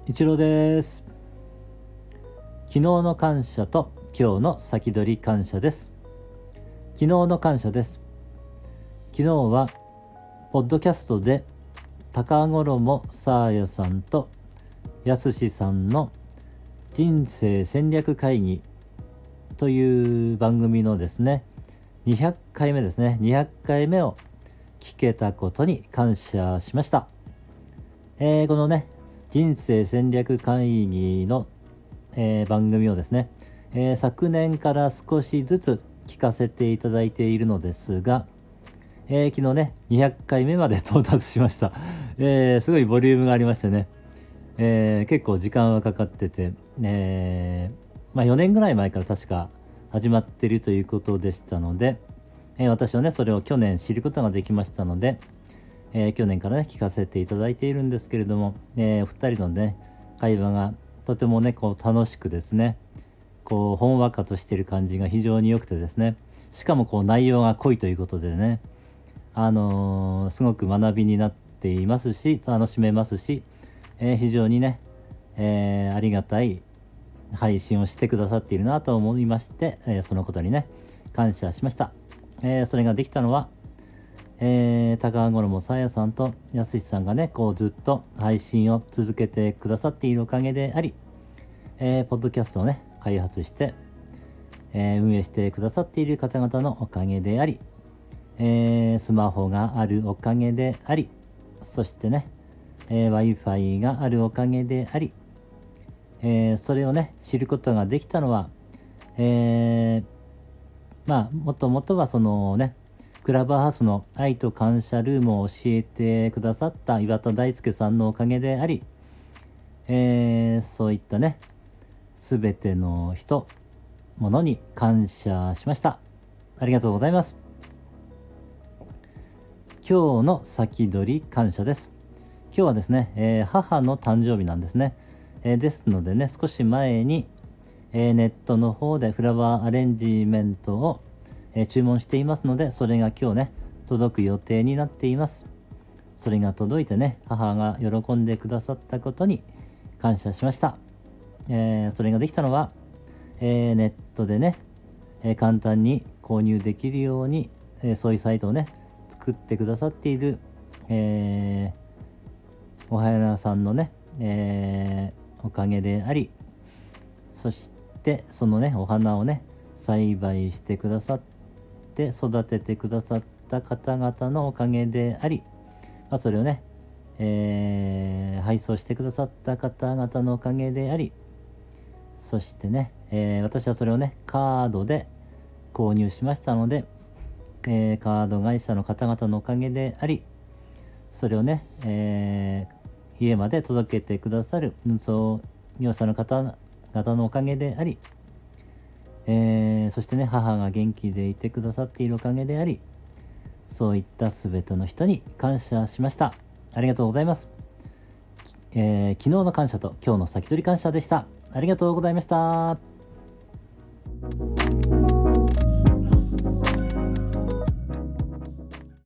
一郎です。昨日の感謝と今日の先取り感謝です。昨日の感謝です。昨日はポッドキャストで高衣さあやさんとやすしさんの人生戦略会議という番組のですね200回目ですね200回目を聞けたことに感謝しました。このね人生戦略会議の、番組をですね、昨年から少しずつ聞かせていただいているのですが、昨日ね200回目まで到達しました。すごいボリュームがありましてね、結構時間はかかってて、4年ぐらい前から確か始まっているということでしたので、私はねそれを去年知ることができましたので、去年からね聞かせていただいているんですけれども、お二人のね会話がとてもねこう楽しくですね、こうほんわかとしている感じが非常に良くてですね、しかもこう内容が濃いということでね、すごく学びになっていますし楽しめますし、非常にね、ありがたい配信をしてくださっているなと思いまして、そのことにね感謝しました。それができたのは高衣さやさんとやすしさんがねこうずっと配信を続けてくださっているおかげであり、ポッドキャストをね開発して、運営してくださっている方々のおかげであり、スマホがあるおかげであり、そしてね、Wi-Fi があるおかげであり、それをね知ることができたのは、もともとはそのねクラブハウスの愛と感謝ルームを教えてくださった岩田大輔さんのおかげであり、そういったね全ての人物に感謝しました。ありがとうございます。今日の先取り感謝です。今日はですね、母の誕生日なんですね。ですのでね少し前に、ネットの方でフラワーアレンジメントを注文していますので、それが今日ね届く予定になっています。それが届いてね母が喜んでくださったことに感謝しました。それができたのは、ネットでね、簡単に購入できるように、そういうサイトをね作ってくださっている、お花さんのね、おかげであり、そしてそのねお花をね栽培してくださって育ててくださった方々のおかげであり、それをね、配送してくださった方々のおかげであり、そしてね、私はそれをねカードで購入しましたので、カード会社の方々のおかげであり、それをね、家まで届けてくださる運送業者の方々のおかげであり、そしてね母が元気でいてくださっているおかげであり、そういった全ての人に感謝しました。ありがとうございます。昨日の感謝と今日の先取り感謝でした。ありがとうございました。